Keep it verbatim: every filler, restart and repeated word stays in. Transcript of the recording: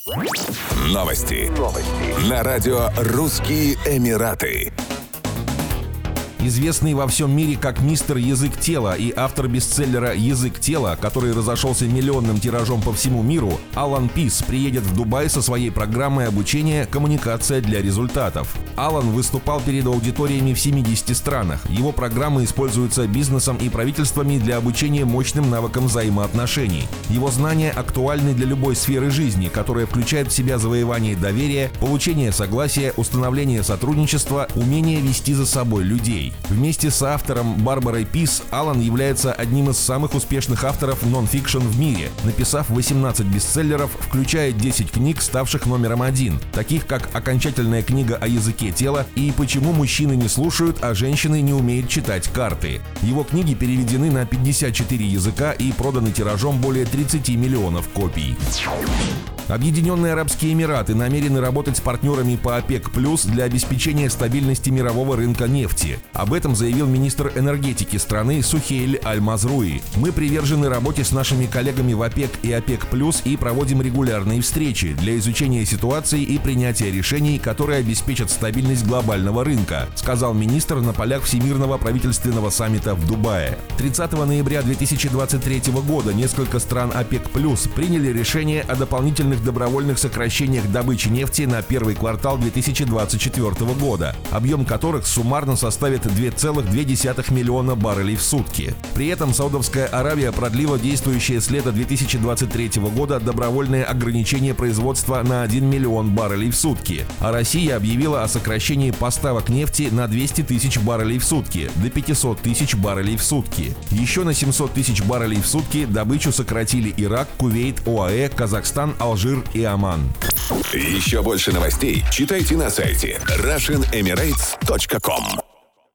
Новости. Новости. На радио «Русские Эмираты». Известный во всем мире как мистер Язык тела и автор бестселлера «Язык тела», который разошелся миллионным тиражом по всему миру, Алан Пис приедет в Дубай со своей программой обучения «Коммуникация для результатов». Алан выступал перед аудиториями в семидесяти странах. Его программы используются бизнесом и правительствами для обучения мощным навыкам взаимоотношений. Его знания актуальны для любой сферы жизни, которая включает в себя завоевание доверия, получение согласия, установление сотрудничества, умение вести за собой людей. Вместе с автором Барбарой Пис Алан является одним из самых успешных авторов нон-фикшн в мире, написав восемнадцать бестселлеров, включая десять книг, ставших номером один, таких как «Окончательная книга о языке тела» и «Почему мужчины не слушают, а женщины не умеют читать карты». Его книги переведены на пятьдесят четыре языка и проданы тиражом более тридцати миллионов копий. Объединенные Арабские Эмираты намерены работать с партнерами по ОПЕК+ для обеспечения стабильности мирового рынка нефти. Об этом заявил министр энергетики страны Сухейль Аль-Мазруи. «Мы привержены работе с нашими коллегами в ОПЕК и ОПЕК+ и проводим регулярные встречи для изучения ситуации и принятия решений, которые обеспечат стабильность глобального рынка», сказал министр на полях Всемирного правительственного саммита в Дубае. тридцатого ноября две тысячи двадцать третьего года несколько стран ОПЕК+ приняли решение о дополнительных добровольных сокращениях добычи нефти на первый квартал две тысячи двадцать четвёртого года, объем которых суммарно составит два целых две десятых миллиона баррелей в сутки. При этом Саудовская Аравия продлила действующее с лета две тысячи двадцать третьего года добровольное ограничение производства на один миллион баррелей в сутки, а Россия объявила о сокращении поставок нефти на двести тысяч баррелей в сутки до пятисот тысяч баррелей в сутки. Еще на семьсот тысяч баррелей в сутки добычу сократили Ирак, Кувейт, ОАЭ, Казахстан, Алжир и Оман. Еще больше новостей читайте на сайте Russian Emirates точка ком.